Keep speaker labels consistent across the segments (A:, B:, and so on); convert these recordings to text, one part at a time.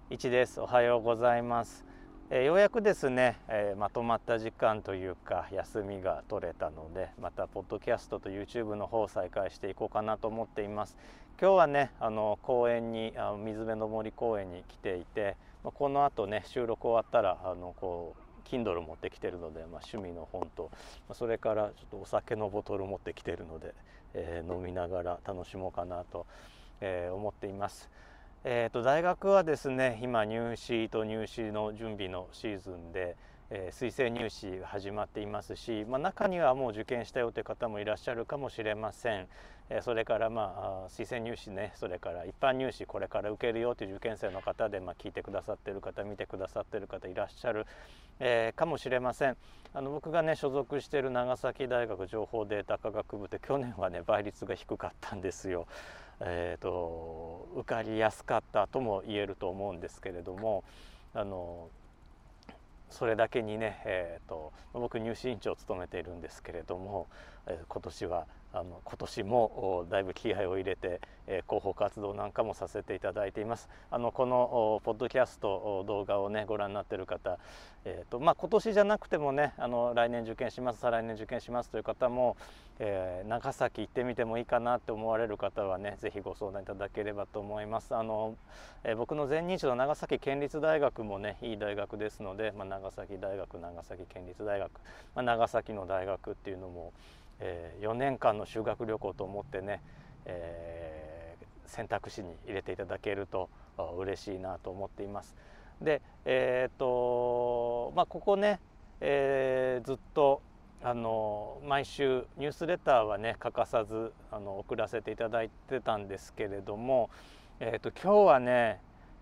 A: 一です。おはようございます。ようやくですね、まとまった時間というか休みが取れたので、またポッドキャストと YouTube の方を再開していこうかなと思っています。今日はね、公園に水辺の森公園に来ていて、この後ね収録終わったらKindle 持ってきてるので、趣味の本とそれからちょっとお酒のボトル持ってきてるので、飲みながら楽しもうかなと、思っています。大学はですね、今入試と入試の準備のシーズンで、推薦入試が始まっていますし、中にはもう受験したよという方もいらっしゃるかもしれません。それから推薦入試ね、それから一般入試これから受けるよという受験生の方で、聞いてくださっている方、見てくださっている方いらっしゃる、かもしれません。僕がね所属している長崎大学情報データ科学部って去年はね倍率が低かったんですよ。受かりやすかったとも言えると思うんですけれども、それだけにね、僕入試委員長を務めているんですけれども、今年もだいぶ気合を入れて、広報活動なんかもさせていただいています。このポッドキャスト動画をねご覧になっている方、今年じゃなくてもね来年受験します、再来年受験しますという方も、長崎行ってみてもいいかなって思われる方はねぜひご相談いただければと思います。僕の前任地の長崎県立大学もねいい大学ですので、長崎大学、長崎県立大学、長崎の大学っていうのも、4年間の修学旅行と思ってね、選択肢に入れていただけると嬉しいなと思っています。で、ここね、ずっと毎週ニュースレターはね欠かさず送らせていただいてたんですけれども、今日はね、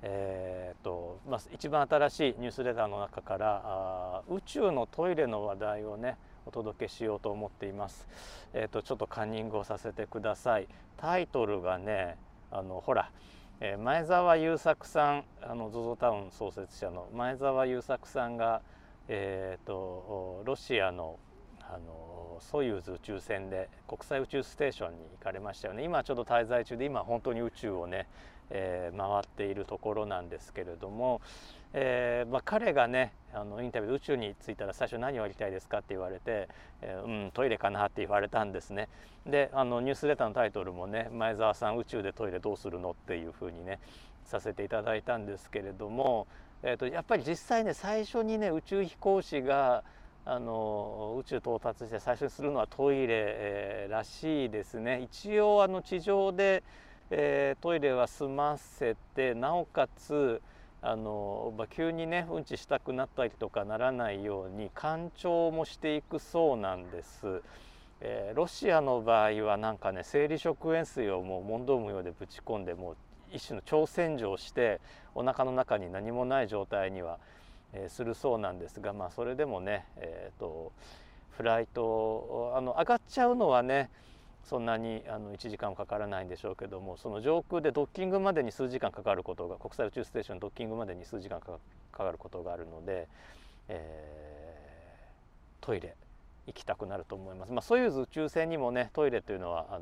A: 一番新しいニュースレターの中から宇宙のトイレの話題をねお届けしようと思っています。ちょっとカンニングをさせてください。タイトルがねほら、前澤友作さん、ZOZO タウン創設者の前澤友作さんが、ロシアのソユーズ宇宙船で国際宇宙ステーションに行かれましたよね。今ちょっと滞在中で、今本当に宇宙をね、回っているところなんですけれども、彼がねインタビューで宇宙に着いたら最初何をやりたいですかって言われて、トイレかなって言われたんですね。でニュースレターのタイトルもね前澤さん宇宙でトイレどうするのっていうふうにねさせていただいたんですけれども、やっぱり実際ね最初にね宇宙飛行士が宇宙到達して最初にするのはトイレ、らしいですね。一応地上で、トイレは済ませて、なおかつ急にねうんちしたくなったりとかならないように干潮もしていくそうなんです。ロシアの場合はなんかね生理食塩水をもう問答無用でぶち込んで、もう一種の超洗浄してお腹の中に何もない状態にはするそうなんですが、それでもね、フライト上がっちゃうのはねそんなに1時間もかからないんでしょうけども、その上空でドッキングまでに数時間かかることが、国際宇宙ステーションドッキングまでに数時間かかることがあるので、トイレ行きたくなると思います。ソユーズ宇宙船にもねトイレというのは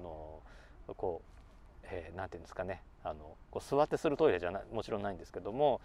A: なんていうんですかね、座ってするトイレじゃもちろんないんですけども、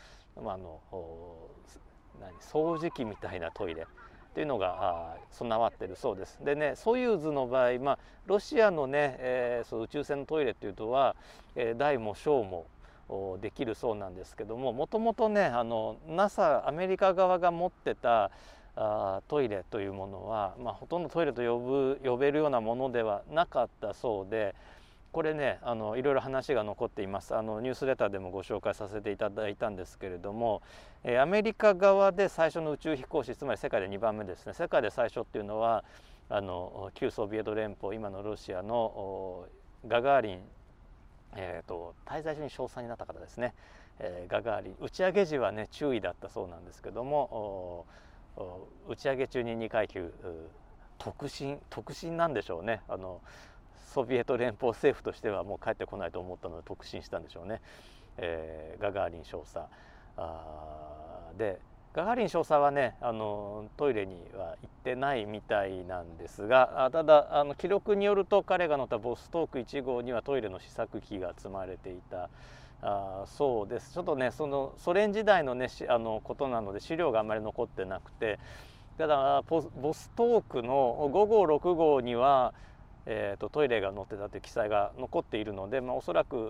A: 掃除機みたいなトイレっていうのが備わってるそうです。でねソユーズの場合、ロシアのね、そう宇宙船のトイレっていうのは、大も小もできるそうなんですけども、もともとねNASA アメリカ側が持ってたトイレというものは、ほとんどトイレと呼べるようなものではなかったそうで、これねいろいろ話が残っています。ニュースレターでもご紹介させていただいたんですけれども、アメリカ側で最初の宇宙飛行士、つまり世界で2番目ですね、世界で最初っていうのは旧ソビエト連邦、今のロシアのガガーリン、滞在中に少佐になった方ですね、ガガーリン、打ち上げ時はね注意だったそうなんですけども、打ち上げ中に2階級特進なんでしょうね。ソビエト連邦政府としてはもう帰ってこないと思ったので特進したんでしょうね。ガガーリン少佐で、ガガーリン少佐はねトイレには行ってないみたいなんですが、ただ記録によると彼が乗ったボストーク1号にはトイレの試作機が積まれていたそうです。ちょっとねそのソ連時代のねことなので資料があんまり残ってなくて、ただボストークの5号6号には、トイレが載ってたという記載が残っているので、おそらく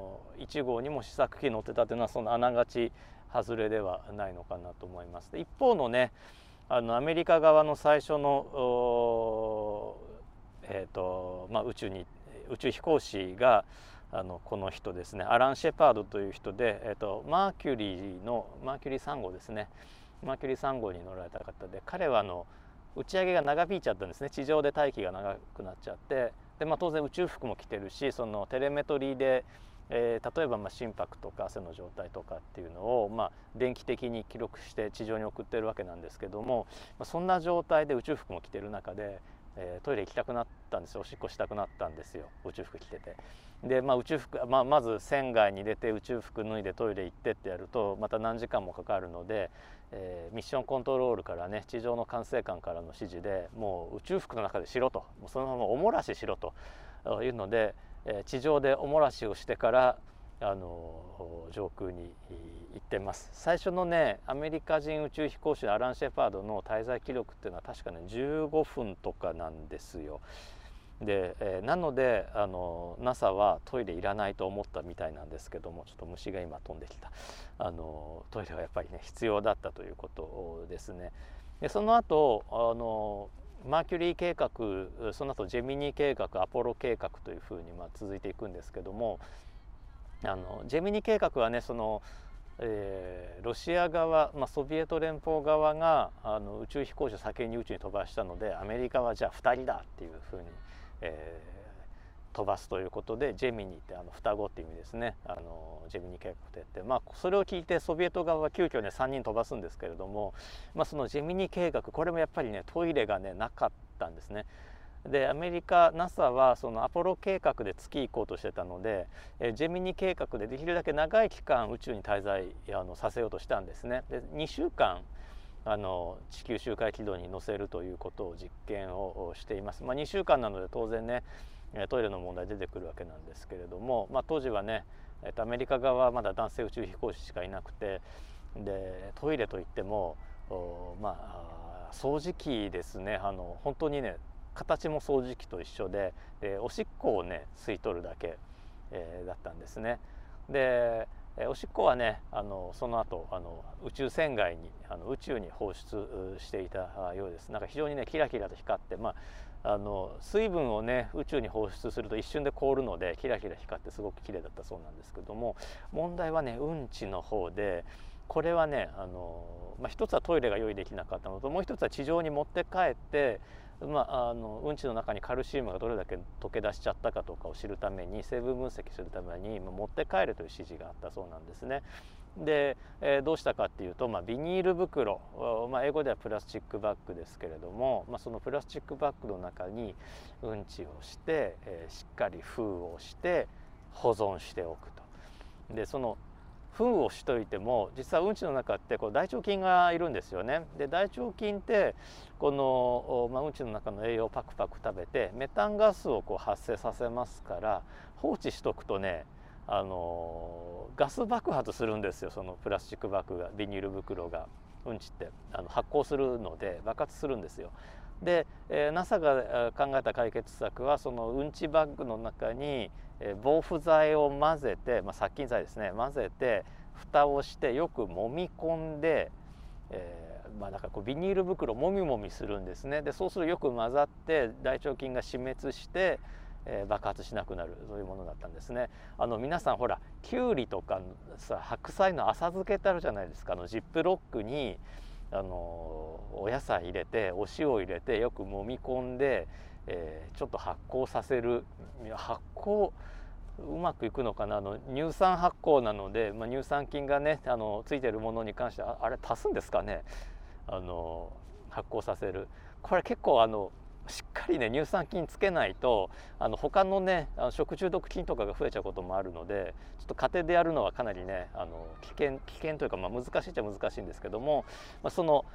A: 1号にも試作機載ってたというのはそのあながち外れではないのかなと思います。一方のねアメリカ側の最初の宇宙飛行士がこの人ですね、アラン・シェパードという人で、マーキュリー3号ですね、マーキュリー3号に乗られた方で、彼は打ち上げが長引いちゃったんですね。地上で待機が長くなっちゃって、で、当然宇宙服も着てるし、そのテレメトリーで、例えば心拍とか汗の状態とかっていうのを、電気的に記録して地上に送ってるわけなんですけども、そんな状態で宇宙服も着てる中で、トイレ行きたくなったんですよ。おしっこしたくなったんですよ、宇宙服着てて。で、宇宙服、まず船外に出て宇宙服脱いでトイレ行ってってやるとまた何時間もかかるので、ミッションコントロールからね、地上の管制官からの指示で、もう宇宙服の中でしろと、もうそのままおもらししろというので、地上でおもらしをしてから上空に行ってます。最初のねアメリカ人宇宙飛行士のアラン・シェパードの滞在記録っていうのは確かね15分とかなんですよ。で、なのでNASA はトイレいらないと思ったみたいなんですけども、ちょっと虫が今飛んできた、トイレはやっぱりね必要だったということですね。でその後マーキュリー計画、その後ジェミニ計画、アポロ計画というふうに続いていくんですけども、ジェミニ計画はねロシア側、ソビエト連邦側が宇宙飛行士を先に宇宙に飛ばしたので、アメリカはじゃあ2人だっていうふうに、飛ばすということで、ジェミニって双子っていう意味ですね、ジェミニ計画って言って、それを聞いてソビエト側は急遽ね3人飛ばすんですけれども、そのジェミニ計画、これもやっぱりねトイレがねなかったんですね。でアメリカ NASA はそのアポロ計画で月行こうとしてたので、ジェミニ計画でできるだけ長い期間宇宙に滞在させようとしたんですね。で2週間地球周回軌道に乗せるということを実験をしています。2週間なので当然ねトイレの問題出てくるわけなんですけれども、当時はねアメリカ側はまだ男性宇宙飛行士しかいなくて、でトイレといっても掃除機ですね。本当にね形も掃除機と一緒で、おしっこをね吸い取るだけ、だったんですね。でおしっこはねその後宇宙船外に宇宙に放出していたようです。なんか非常にねキラキラと光って、水分をね宇宙に放出すると一瞬で凍るのでキラキラ光ってすごく綺麗だったそうなんですけども、問題はねうんちの方で、これはね一つはトイレが用意できなかったのと、もう一つは地上に持って帰ってうんちの中にカルシウムがどれだけ溶け出しちゃったかとかを知るために、成分分析するために持って帰るという指示があったそうなんですね。で、どうしたかっていうと、ビニール袋、英語ではプラスチックバッグですけれども、そのプラスチックバッグの中にうんちをして、しっかり封をして保存しておくと。でその糞をしといても実はうんちの中って大腸菌がいるんですよね。で大腸菌ってこの、うんちの中の栄養をパクパク食べてメタンガスを発生させますから、放置しとくとねガス爆発するんですよ。そのプラスチックバッグが、ビニール袋が、うんちって発酵するので爆発するんですよ。で、NASA が考えた解決策はそのうんちバッグの中に防腐剤を混ぜて、殺菌剤ですね、混ぜて蓋をしてよく揉み込んで、なんかビニール袋もみもみするんですね。でそうするとよく混ざって大腸菌が死滅して、爆発しなくなる、そういうものだったんですね。皆さんほらきゅうりとかさ白菜の浅漬けってあるじゃないですか。ジップロックにお野菜入れてお塩入れてよく揉み込んで、ちょっと発酵させる。発酵うまくいくのかな。乳酸発酵なので、乳酸菌がねついてるものに関してはあれ足すんですかね。発酵させる。これ結構しっかりね乳酸菌つけないと他のね食中毒菌とかが増えちゃうこともあるので、ちょっと家庭でやるのはかなりね危険というか、難しいっちゃ難しいんですけども、その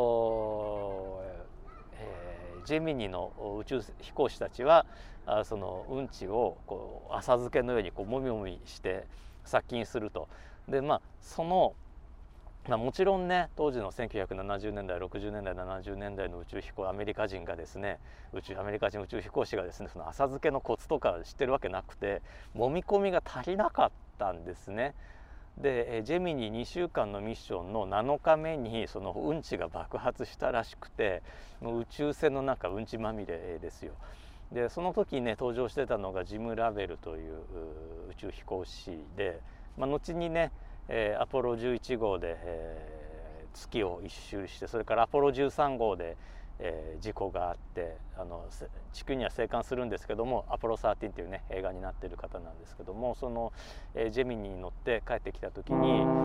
A: ジェミニの宇宙飛行士たちはそのうんちを浅漬けのようにもみもみして殺菌すると。でそのもちろんね、当時の1970年代60年代70年代の宇宙飛行、アメリカ人がですね、アメリカ人宇宙飛行士がですね、その浅漬けのコツとか知ってるわけなくて、揉み込みが足りなかったんですね。でジェミニ2週間のミッションの7日目にそのうんちが爆発したらしくて、もう宇宙船の中うんちまみれですよ。でその時ね登場してたのがジム・ラベルという宇宙飛行士で、後にねアポロ11号で、月を一周して、それからアポロ13号で、事故があって地球には生還するんですけども、アポロ13っていうね映画になってる方なんですけども、その、ジェミニに乗って帰ってきた時に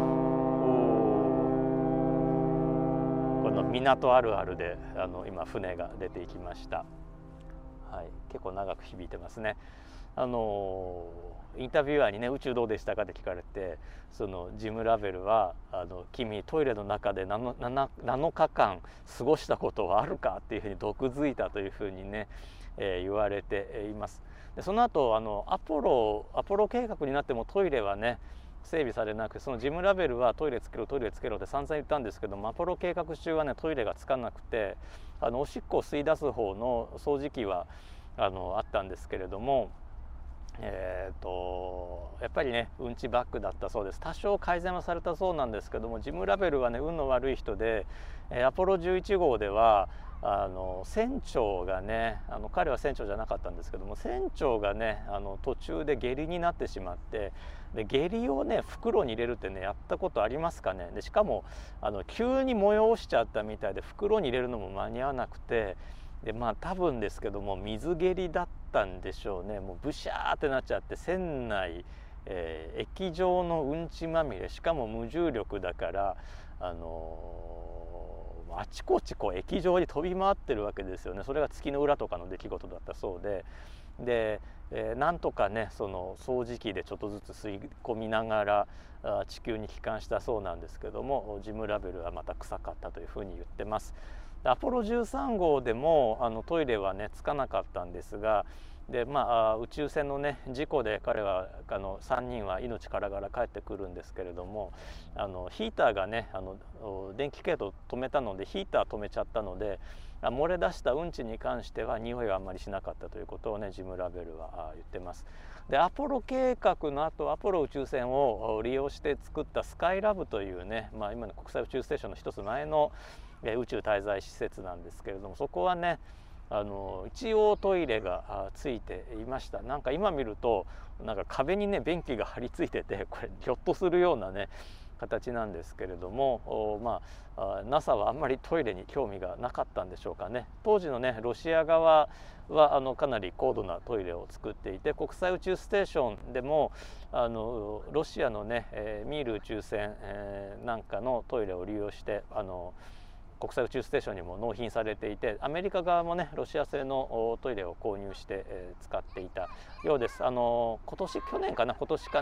A: この港あるあるで今船が出ていきました。はい、結構長く響いてますね。インタビュアーにね宇宙どうでしたかって聞かれて、そのジム・ラベルは君トイレの中で 7日間過ごしたことはあるかっていうふうに毒づいたというふうにね、言われています。でその後アポロ計画になってもトイレはね整備されなく、そのジム・ラベルはトイレつけろトイレつけろって散々言ったんですけども、アポロ計画中はねトイレがつかなくて、おしっこを吸い出す方の掃除機はあったんですけれども、やっぱりねうんちバッグだったそうです。多少改善はされたそうなんですけども、ジム・ラベルはね運の悪い人で、アポロ11号では船長がね彼は船長じゃなかったんですけども、船長がね途中で下痢になってしまって、で下痢をね袋に入れるってねやったことありますかね。でしかも急に催しちゃったみたいで袋に入れるのも間に合わなくて、で多分ですけども水蹴りだったんでしょうね。もうブシャーってなっちゃって船内、液状のうんちまみれ、しかも無重力だからあちこち液状に飛び回ってるわけですよね。それが月の裏とかの出来事だったそうで、なんとかねその掃除機でちょっとずつ吸い込みながら地球に帰還したそうなんですけども、ジム・ラベルはまた臭かったというふうに言ってます。アポロ13号でもトイレはねつかなかったんですが、で宇宙船のね事故で彼は3人は命からがら帰ってくるんですけれども、ヒーターがね電気系統止めたのでヒーター止めちゃったので、漏れ出したうんちに関しては匂いはあんまりしなかったということをねジム・ラベルは言ってます。でアポロ計画の後アポロ宇宙船を利用して作ったスカイラブというね、今の国際宇宙ステーションの一つ前の宇宙滞在施設なんですけれども、そこはね一応トイレがついていました。なんか今見るとなんか壁にね便器が張り付いてて、これひょっとするようなね形なんですけれども、NASA はあんまりトイレに興味がなかったんでしょうかね。当時のねロシア側はかなり高度なトイレを作っていて、国際宇宙ステーションでもロシアのね、ミール宇宙船、なんかのトイレを利用して国際宇宙ステーションにも納品されていて、アメリカ側もねロシア製のトイレを購入して、使っていたようです。去年かな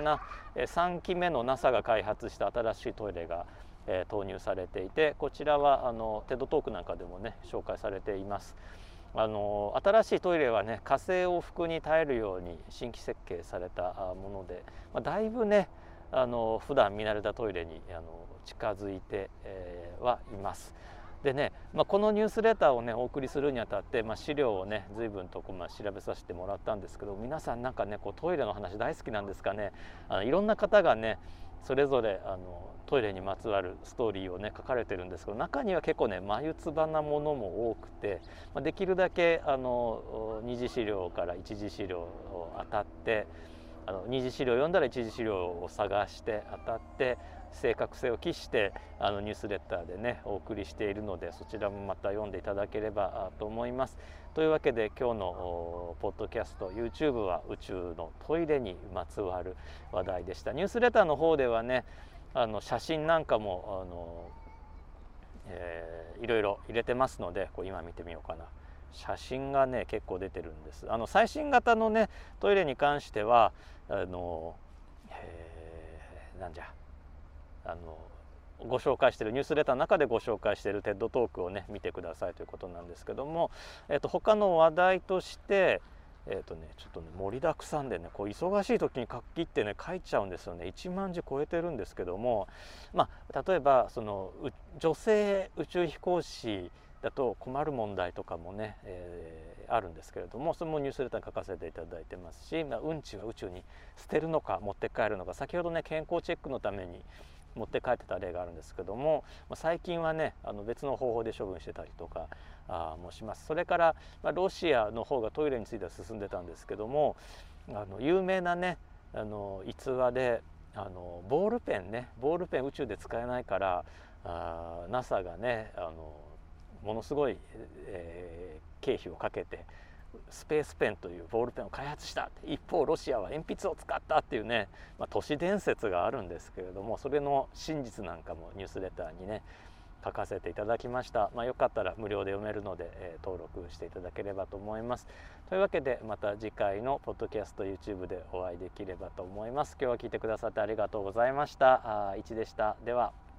A: 3機目の NASA が開発した新しいトイレが、投入されていて、こちらはテッドトークなんかでもね紹介されています。新しいトイレはね火星往復に耐えるように新規設計されたもので、だいぶね普段見慣れたトイレに近づいて、はいます。でね、このニュースレターをねお送りするにあたって、資料をね随分と調べさせてもらったんですけど、皆さんなんかねトイレの話大好きなんですかね。いろんな方がねそれぞれトイレにまつわるストーリーをね書かれてるんですけど、中には結構ね眉唾なものも多くて、できるだけ二次資料から一次資料を当たって、二次資料を読んだら一次資料を探して当たって正確性を期してニュースレターでねお送りしているので、そちらもまた読んでいただければと思います。というわけで今日のポッドキャスト YouTube は宇宙のトイレにまつわる話題でした。ニュースレターの方ではね写真なんかもいろいろ入れてますので、今見てみようかな。写真がね結構出てるんです。最新型のねトイレに関してはご紹介しているニュースレターの中でご紹介しているテッドトークをね見てくださいということなんですけども、他の話題としてちょっとね盛りだくさんでね、こう忙しい時に書きってね書いちゃうんですよね。1万字超えてるんですけども、例えばその女性宇宙飛行士だと困る問題とかもね、あるんですけれども、それもニュースレターに書かせていただいてますし、うんちは宇宙に捨てるのか持って帰るのか、先ほどね健康チェックのために持って帰ってた例があるんですけども、最近はね別の方法で処分してたりとかもします。それから、ロシアの方がトイレについては進んでたんですけども、有名なね逸話でボールペン宇宙で使えないからNASA がねものすごい、経費をかけてスペースペンというボールペンを開発した。一方ロシアは鉛筆を使ったっていうね、都市伝説があるんですけれども、それの真実なんかもニュースレターにね書かせていただきました。よかったら無料で読めるので、登録していただければと思います。というわけでまた次回のポッドキャスト YouTube でお会いできればと思います。今日は聞いてくださってありがとうございました。いちでした。では。